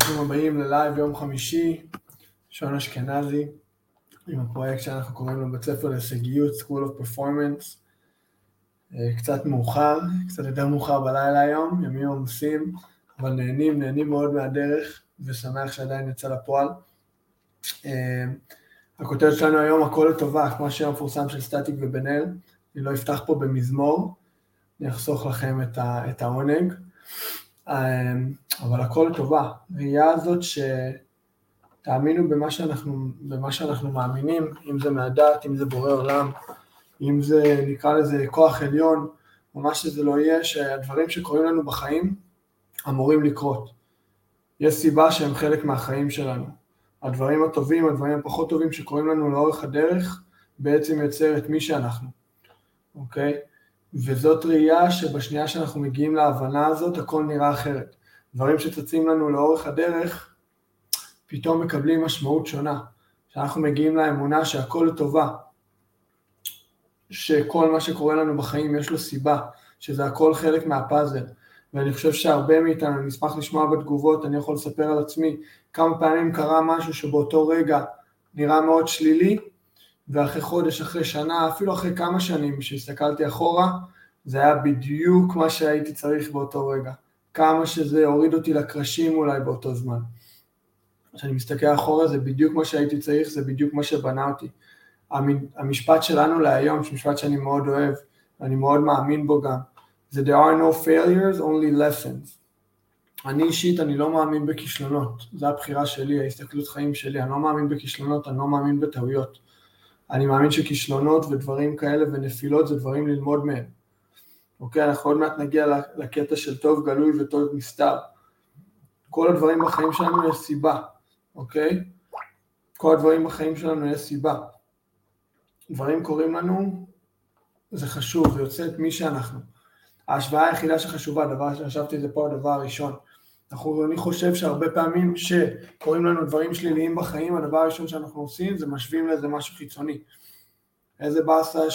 ברוכים הבאים ללייב יום חמישי, שון אשכנזי, עם הפרויקט שאנחנו קוראים לו בית ספר להישגיות, School of Performance. קצת מאוחר, קצת יותר מאוחר בלילה היום, ימים עמוסים, אבל נהנים מאוד מהדרך, ושמח שעדיין יצא לפועל. הכותרת שלנו היום, הכל לטובה, כמו השיר המפורסם של סטטיק ובן אל. אני לא אפתח פה במזמור, אני אחסוך לכם את העונג. אבל הכל לטובה. ראייה הזאת שתאמינו במה שאנחנו מאמינים, אם זה מהדת, אם זה בורא עולם, אם זה נקרא לזה כוח עליון, או מה שזה לא יהיה, שהדברים שקורים לנו בחיים אמורים לקרות. יש סיבה שהם חלק מהחיים שלנו. הדברים הטובים, הדברים הפחות טובים שקורים לנו לאורך הדרך, בעצם יוצר את מי שאנחנו. אוקיי? וזאת ראייה שבשנייה שאנחנו מגיעים להבנה הזאת, הכל נראה אחרת. דברים שצצים לנו לאורך הדרך, פתאום מקבלים משמעות שונה. שאנחנו מגיעים לאמונה שהכל לטובה, שכל מה שקורה לנו בחיים יש לו סיבה, שזה הכל חלק מהפאזל. ואני חושב שהרבה מאיתנו, אני אשמח לשמוע בתגובות, אני יכול לספר על עצמי, כמה פעמים קרה משהו שבאותו רגע נראה מאוד שלילי, ואחרי חודש, אחרי שנה, אפילו אחרי כמה שנים שהסתכלתי אחורה, זה היה בדיוק מה שהייתי צריך באותו רגע. כמה שזה הוריד אותי לקרשים אולי באותו זמן. כשאני מסתכל אחורה, זה בדיוק מה שהייתי צריך, זה בדיוק מה שבנה אותי. המשפט שלנו להיום, משפט שאני מאוד אוהב, ואני מאוד מאמין בו גם, זה there are no failures, only lessons. אני אישית, אני לא מאמין בכישלונות. זו הבחירה שלי, ההסתכלות חיים שלי. אני לא מאמין בכישלונות, אני לא מאמין בטעויות. אני מאמין שכישלונות ודברים כאלה ונפילות זה דברים ללמוד מהם. אוקיי, אנחנו עוד מעט נגיע לקטע של טוב גלוי וטוב נסתר. כל הדברים בחיים שלנו יש סיבה, אוקיי? כל הדברים בחיים שלנו יש סיבה. דברים קורים לנו, זה חשוב, זה יוצא את מי שאנחנו. ההשוואה היחידה שחשובה, הדבר שחשבתי זה פה הדבר הראשון. אני חושב שהרבה פעמים שקוראים לנו דברים שליליים בחיים, הדבר הראשון שאנחנו עושים זה משווים לזה משהו חיצוני. איזה באסה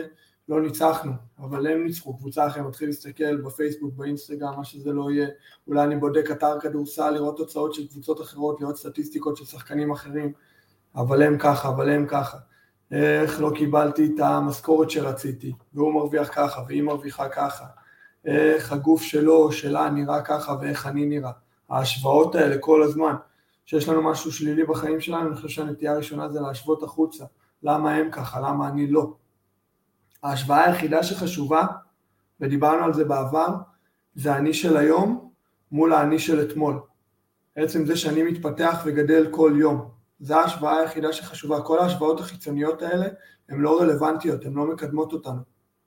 שלא ניצחנו, אבל הם ניצחו, קבוצה אחרת, מתחיל להסתכל בפייסבוק, באינסטגרם, מה שזה לא יהיה, אולי אני בודק אתר כדורסל, לראות תוצאות של קבוצות אחרות, לראות סטטיסטיקות של שחקנים אחרים, אבל הם ככה. איך לא קיבלתי את המשכורת שרציתי, והוא מרוויח ככה, והיא מרוויחה ככה. איך הגוף שלו או שלה נראה ככה ואיך אני נראה. ההשוואות האלה כל הזמן, שיש לנו משהו שלילי בחיים שלנו, אני חושב שהנטייה הראשונה זה להשוות החוצה. למה הם ככה, למה אני לא. ההשוואה היחידה שחשובה, ודיברנו על זה בעבר, זה אני של היום מול האני של אתמול. בעצם זה שאני מתפתח וגדל כל יום. זו ההשוואה היחידה שחשובה. כל ההשוואות החיצוניות האלה הן לא רלוונטיות, הן לא מקדמות אותנו.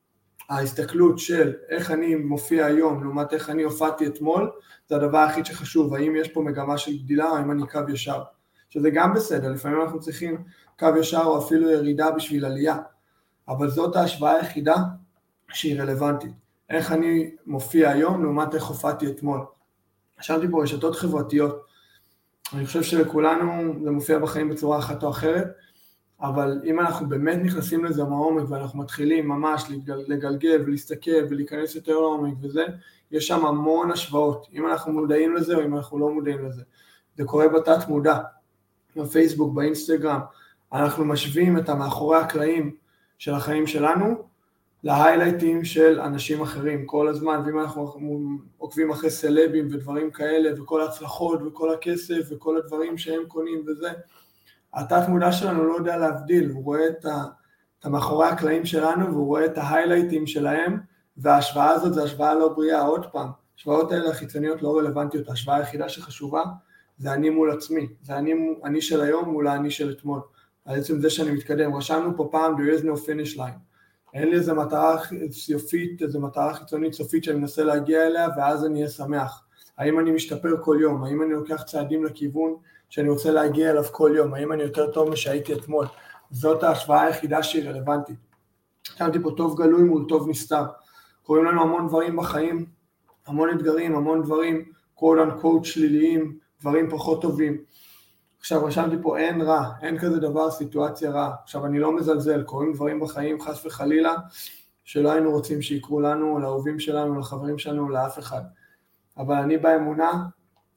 ההסתכלות של איך אני מופיע היום, לעומת איך אני הופעתי אתמול, זה הדבר הכי שחשוב, האם יש פה מגמה של גדילה, או האם אני קו ישר. שזה גם בסדר, לפעמים אנחנו צריכים קו ישר או אפילו ירידה בשביל עלייה, אבל זאת ההשוואה היחידה שהיא רלוונטית. איך אני מופיע היום, לעומת איך הופעתי אתמול. חשבתי פה רשתות חברתיות, אני חושב שלכולנו זה מופיע בחיים בצורה אחת או אחרת, אבל אם אנחנו באמת נכנסים לזה מעומק, ואנחנו מתחילים ממש לגלגל ולהסתכל ולהיכנס יותר לעומק וזה, יש שם המון השוואות, אם אנחנו מודעים לזה או אם אנחנו לא מודעים לזה. זה קורה בתת מודע, בפייסבוק, באינסטגרם, אנחנו משווים את המאחורי הקלעים של החיים שלנו, להיילייטים של אנשים אחרים כל הזמן, ואם אנחנו עוקבים אחרי סלבים ודברים כאלה, וכל ההצלחות וכל הכסף וכל הדברים שהם קונים וזה, התת מודע שלנו לא יודע להבדיל, הוא רואה את המאחורי הקלעים שלנו, והוא רואה את ההיילייטים שלהם, וההשוואה הזאת זה השוואה לא בריאה, עוד פעם, השוואות האלה החיצוניות לא רלוונטיות, ההשוואה היחידה שחשובה, זה אני מול עצמי, זה אני של היום מול אני של אתמול, בעצם זה שאני מתקדם, רשמנו פה פעם, there is no finish line, אין לי איזו מטרה סופית, איזו מטרה חיצונית סופית שאני מנסה להגיע אליה, ואז אני אהיה שמח, האם אני משתפר כל יום, האם אני לוקח צעדים לכיוון, שאני רוצה להגיע אליו כל יום, האם אני יותר טוב משהייתי אתמול, זאת ההשוואה היחידה שהיא רלוונטית. שמתי פה טוב גלוי מול טוב נסתר, קוראים לנו המון דברים בחיים, המון אתגרים, המון דברים, quote unquote שליליים, דברים פחות טובים. עכשיו רשמתי פה אין רע, אין כזה דבר, סיטואציה רע, עכשיו אני לא מזלזל, קוראים דברים בחיים חס וחלילה, שלא היינו רוצים שיקרו לנו, לאהובים שלנו, לחברים שלנו, לאף אחד. אבל אני באמונה,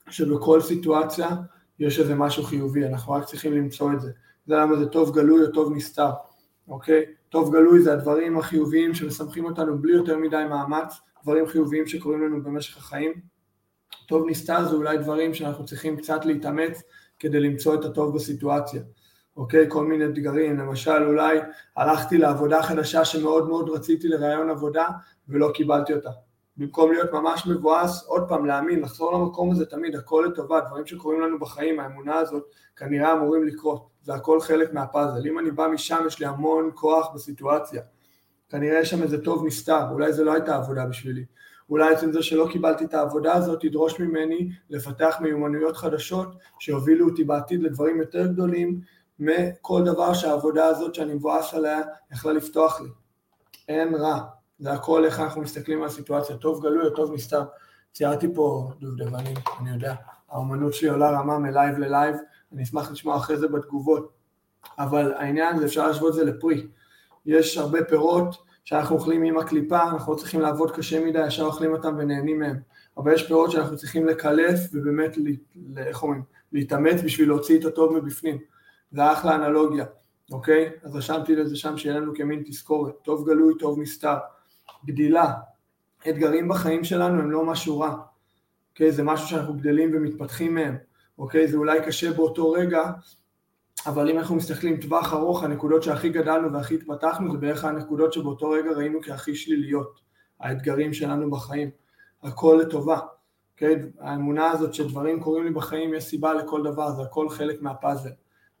שבכל סיטואציה יש איזה משהו חיובי, אנחנו רק צריכים למצוא את זה. זה למה זה טוב גלוי או טוב נסתר, אוקיי? טוב גלוי זה הדברים החיוביים שמשמחים אותנו בלי יותר מדי מאמץ, דברים חיוביים שקורים לנו במשך החיים. טוב נסתר זה אולי דברים שאנחנו צריכים קצת להתאמץ כדי למצוא את הטוב בסיטואציה. אוקיי, כל מיני אתגרים, למשל אולי הלכתי לעבודה חדשה שמאוד מאוד רציתי לרעיון עבודה ולא קיבלתי אותה. במקום להיות ממש מבואס, עוד פעם להאמין, לחזור למקום הזה תמיד, הכל לטובה, דברים שקורים לנו בחיים, האמונה הזאת כנראה אמורים לקרות, זה הכל חלק מהפאזל. אם אני בא משם יש לי המון כוח בסיטואציה, כנראה יש שם איזה טוב נסתר, אולי זה לא הייתה עבודה בשבילי, אולי עצם זה שלא קיבלתי את העבודה הזאת תדרוש ממני לפתח מיומנויות חדשות שיובילו אותי בעתיד לדברים יותר גדולים מכל דבר שהעבודה הזאת שאני מבואס עליה יכלה לפתוח לי. אין רע, זה הכל איך אנחנו מסתכלים על הסיטואציה, טוב גלוי או טוב נסתר. ציירתי פה דובדבנים, אני יודע, האומנות שלי עולה רמה מלייב ללייב, אני אשמח לשמוע אחרי זה בתגובות, אבל העניין זה אפשר להשוות זה לפרי. יש הרבה פירות שאנחנו אוכלים עם הקליפה, אנחנו לא צריכים לעבוד קשה מדי, ישר אוכלים אותם ונהנים מהם, אבל יש פירות שאנחנו צריכים לקלף ובאמת, איך אומרים, להתאמץ בשביל להוציא את הטוב מבפנים. זה אחלה אנלוגיה, אוקיי? אז רשמתי לזה שם שיהיה לנו כמין תזכורת, טוב גלוי, טוב נסתר. גדילה, אתגרים בחיים שלנו הם לא משהו רע, אוקיי? זה משהו שאנחנו גדלים ומתפתחים מהם, אוקיי? זה אולי קשה באותו רגע, אבל אם אנחנו מסתכלים טווח ארוך, הנקודות שהכי גדלנו והכי התפתחנו, זה בערך הנקודות שבאותו רגע ראינו כהכי שליליות, האתגרים שלנו בחיים, הכל לטובה, אוקיי? האמונה הזאת שדברים קורים לי בחיים, יש סיבה לכל דבר, זה הכל חלק מהפאזל.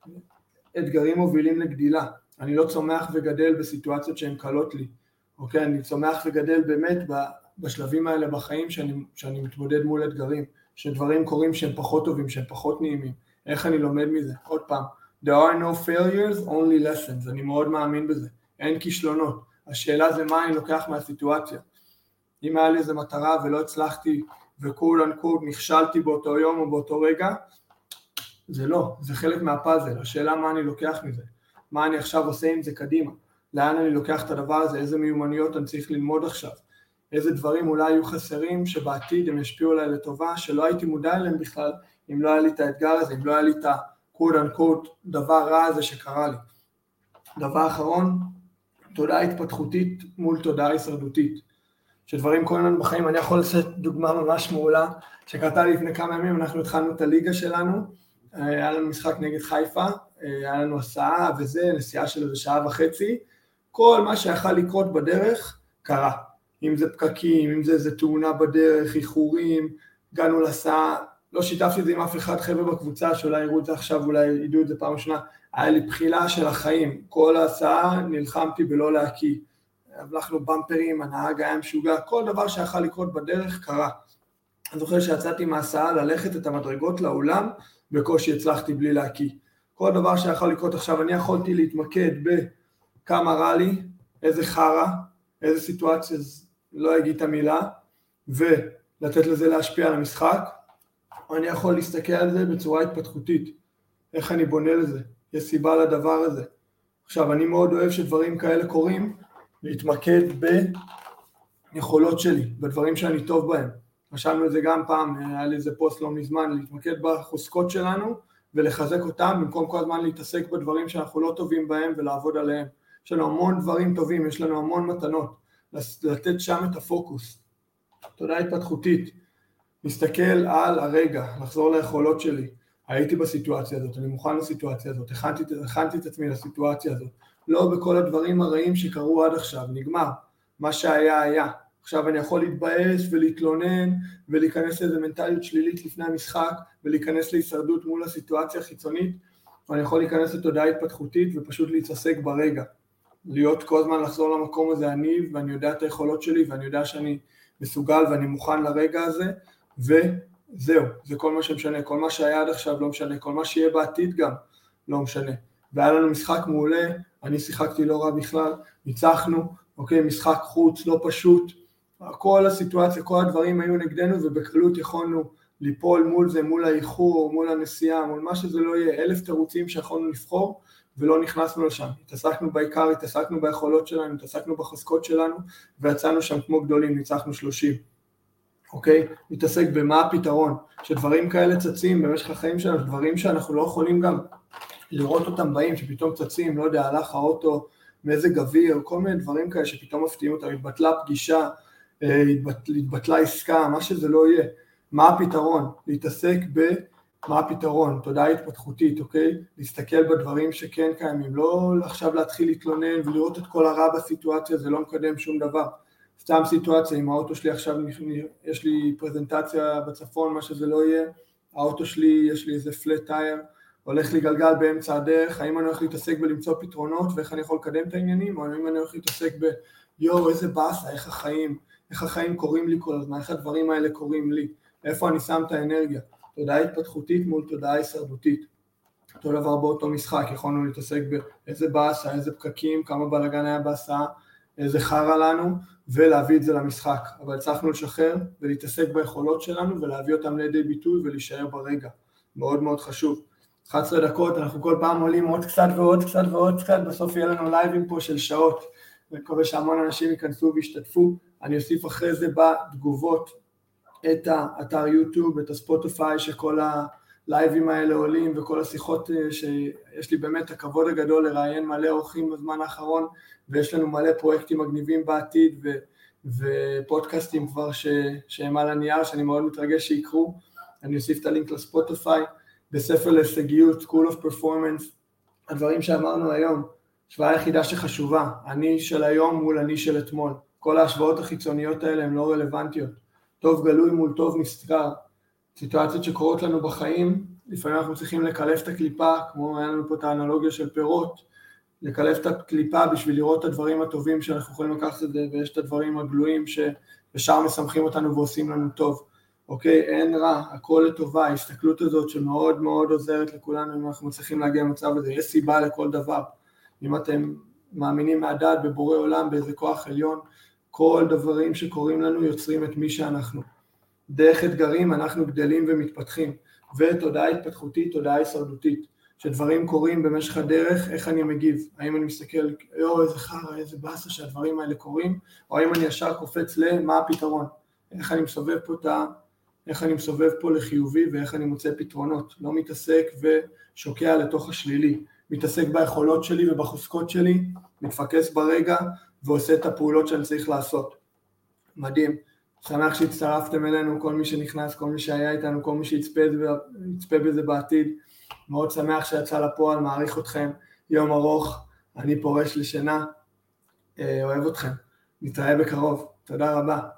אתגרים מובילים לגדילה, אני לא צומח וגדל בסיטואציות שהן קלות לי, אוקיי, אני צומח וגדל באמת בשלבים האלה בחיים שאני מתמודד מול אתגרים, שדברים קורים שהם פחות טובים, שהם פחות נעימים, איך אני לומד מזה? עוד פעם, there are no failures, only lessons, אני מאוד מאמין בזה, אין כישלונות, השאלה זה מה אני לוקח מהסיטואציה, אם היה לי איזו מטרה ולא הצלחתי וקול אנקול נכשלתי באותו יום או באותו רגע, זה לא, זה חלק מהפאזל, השאלה מה אני לוקח מזה, מה אני עכשיו עושה עם זה קדימה, לאן אני לוקח את הדבר הזה, איזה מיומנויות אני צריך ללמוד עכשיו, איזה דברים אולי יהיו חסרים שבעתיד הם ישפיעו עליי לטובה, שלא הייתי מודע אליהם בכלל, אם לא היה לי את האתגר הזה, אם לא היה לי את ה-quote unquote דבר רע הזה שקרה לי. דבר אחרון, תודעה התפתחותית מול תודעה הישרדותית, שדברים קורים לנו בחיים, אני יכול לעשות דוגמה ממש מעולה, שקרתה לי לפני כמה ימים, אנחנו התחלנו את הליגה שלנו, היה לנו משחק נגד חיפה, היה לנו הסעה וזה, נסיעה של איזה שעה וחצי, כל מה שיכל לקרות בדרך קרה, אם זה פקקים, אם זה איזה תאונה בדרך, איחורים, הגענו לסעה, לא שיתפתי את זה עם אף אחד חבר'ה בקבוצה, שאולי יראו את זה עכשיו, אולי ידעו את זה פעם ראשונה, היה לי בחילה של החיים, כל ההסעה נלחמתי בלא להקיא, הלכנו במפרים, הנהג היה משוגע, כל דבר שיכל לקרות בדרך קרה. אני זוכר שיצאתי מההסעה ללכת את המדרגות לאולם, בקושי הצלחתי בלי להקיא. כל דבר שיכול לקרות עכשיו, אני יכולתי להתמקד בכמה רע לי, איזה חרה, איזה סיטואציה, לא אגיד את המילה, ולתת לזה להשפיע על המשחק, או אני יכול להסתכל על זה בצורה התפתחותית, איך אני בונה לזה, יש סיבה לדבר הזה. עכשיו, אני מאוד אוהב שדברים כאלה קורים, להתמקד ביכולות שלי, בדברים שאני טוב בהם. רשמנו את זה גם פעם, היה לי איזה פוסט לא מזמן, להתמקד בחוזקות שלנו ולחזק אותם, במקום כל הזמן להתעסק בדברים שאנחנו לא טובים בהם ולעבוד עליהם. יש לנו המון דברים טובים, יש לנו המון מתנות, לתת שם את הפוקוס. תודעה התפתחותית, להסתכל על הרגע, לחזור ליכולות שלי. הייתי בסיטואציה הזאת, אני מוכן לסיטואציה הזאת, הכנתי את עצמי לסיטואציה הזאת. לא בכל הדברים הרעים שקרו עד עכשיו, נגמר. מה שהיה היה. עכשיו אני יכול להתבאס ולהתלונן ולהיכנס לאיזו מנטליות שלילית לפני המשחק ולהיכנס להישרדות מול הסיטואציה החיצונית, ואני יכול להיכנס לתודעה התפתחותית ופשוט להתעסק ברגע. להיות כל הזמן לחזור למקום הזה אני, ואני יודע את היכולות שלי ואני יודע שאני מסוגל ואני מוכן לרגע הזה, וזהו, זה כל מה שמשנה, כל מה שהיה עד עכשיו לא משנה, כל מה שיהיה בעתיד גם לא משנה. והיה לנו משחק מעולה, אני שיחקתי לא רע בכלל, ניצחנו, אוקיי, משחק חוץ, לא פשוט, כל הסיטואציה, כל הדברים היו נגדנו ובקלות יכולנו ליפול מול זה, מול האיחור, מול הנסיעה, מול מה שזה לא יהיה, 1000 תירוצים שיכולנו לבחור ולא נכנסנו לשם, התעסקנו בעיקר, התעסקנו ביכולות שלנו, התעסקנו בחזקות שלנו ויצאנו שם כמו גדולים, ניצחנו 30. אוקיי? להתעסק במה הפתרון, שדברים כאלה צצים במשך החיים שלנו, דברים שאנחנו לא יכולים גם לראות אותם באים, שפתאום צצים, לא יודע, הלך האוטו, מזג אוויר, כל מיני דברים כאלה שפתאום מפתיעים אותם, התבטלה פגישה, התבטלה עסקה, מה שזה לא יהיה. מה הפתרון? להתעסק במה הפתרון, תודעה התפתחותית, אוקיי? להסתכל בדברים שכן קיימים, לא עכשיו להתחיל להתלונן ולראות את כל הרע בסיטואציה, זה לא מקדם שום דבר. סתם סיטואציה, עם האוטו שלי עכשיו, יש לי פרזנטציה בצפון, מה שזה לא יהיה, האוטו שלי, יש לי איזה פלט טייר, הולך לי גלגל באמצע הדרך, האם אני הולך להתעסק בלמצוא פתרונות ואיך אני יכול לקדם את העניינים, או האם אני הולך להתעסק איזה באסה, איך החיים קורים לי כל הזמן, איך הדברים האלה קורים לי, איפה אני שם את האנרגיה, תודעה התפתחותית מול תודעה הישרדותית. אותו דבר באותו משחק, יכולנו להתעסק באיזה באסה, איזה פקקים, כמה בלגן היה בהסעה, איזה חרא לנו, ולהביא את זה למשחק. אבל הצלחנו לשחרר ולהתעסק ביכולות שלנו ולהביא אותם לידי ביטוי ולהישאר ברגע. מאוד מאוד חשוב. 11 דקות, אנחנו כל פעם עולים עוד קצת ועוד קצת ועוד קצת, בסוף יהיה לנו לייבים פה של שעות, ומקווה שהמון אנשים ייכנסו וישתתפו. אני אוסיף אחרי זה בתגובות את האתר יוטיוב, את הספוטיפיי, שכל הלייבים האלה עולים, וכל השיחות שיש לי באמת הכבוד הגדול לראיין מלא אורחים בזמן האחרון, ויש לנו מלא פרויקטים מגניבים בעתיד, ופודקאסטים כבר שהם על הנייר, שאני מאוד מתרגש שיקרו. אני אוסיף את הלינק לספוטיפיי, בספר להישגיות, School of Performance, הדברים שאמרנו היום, השוואה היחידה שחשובה, אני של היום מול אני של אתמול, כל ההשוואות החיצוניות האלה הן לא רלוונטיות, טוב גלוי מול טוב נסתר, סיטואציות שקורות לנו בחיים, לפעמים אנחנו צריכים לקלף את הקליפה, כמו היה לנו פה את האנלוגיה של פירות, לקלף את הקליפה בשביל לראות את הדברים הטובים שאנחנו יכולים לקחת את זה, ויש את הדברים הגלויים שבשאר משמחים אותנו ועושים לנו טוב. אוקיי, אין רע, הכל לטובה, ההסתכלות הזאת שמאוד מאוד עוזרת לכולנו, אם אנחנו מצליחים להגיע למצב הזה, יש סיבה לכל דבר. אם אתם מאמינים מהדעת בבורא עולם, באיזה כוח עליון, כל דברים שקורים לנו יוצרים את מי שאנחנו. דרך אתגרים אנחנו גדלים ומתפתחים, ותודעה התפתחותית, תודעה הישרדותית, שדברים קורים במשך הדרך, איך אני מגיב, האם אני מסתכל, איזה חרא, איזה באסה שהדברים האלה קורים, או האם אני ישר קופץ למה הפתרון, איך אני מסובב פה לחיובי ואיך אני מוצא פתרונות, לא מתעסק ושוקע לתוך השלילי, מתעסק ביכולות שלי ובחוזקות שלי, מתפקס ברגע ועושה את הפעולות שאני צריך לעשות. מדהים, שמח שהצטרפתם אלינו, כל מי שנכנס, כל מי שהיה איתנו, כל מי שיצפה בזה בעתיד, מאוד שמח שיצא לפועל, מעריך אתכם, יום ארוך, אני פורש לשינה, אוהב אתכם, נתראה בקרוב, תודה רבה.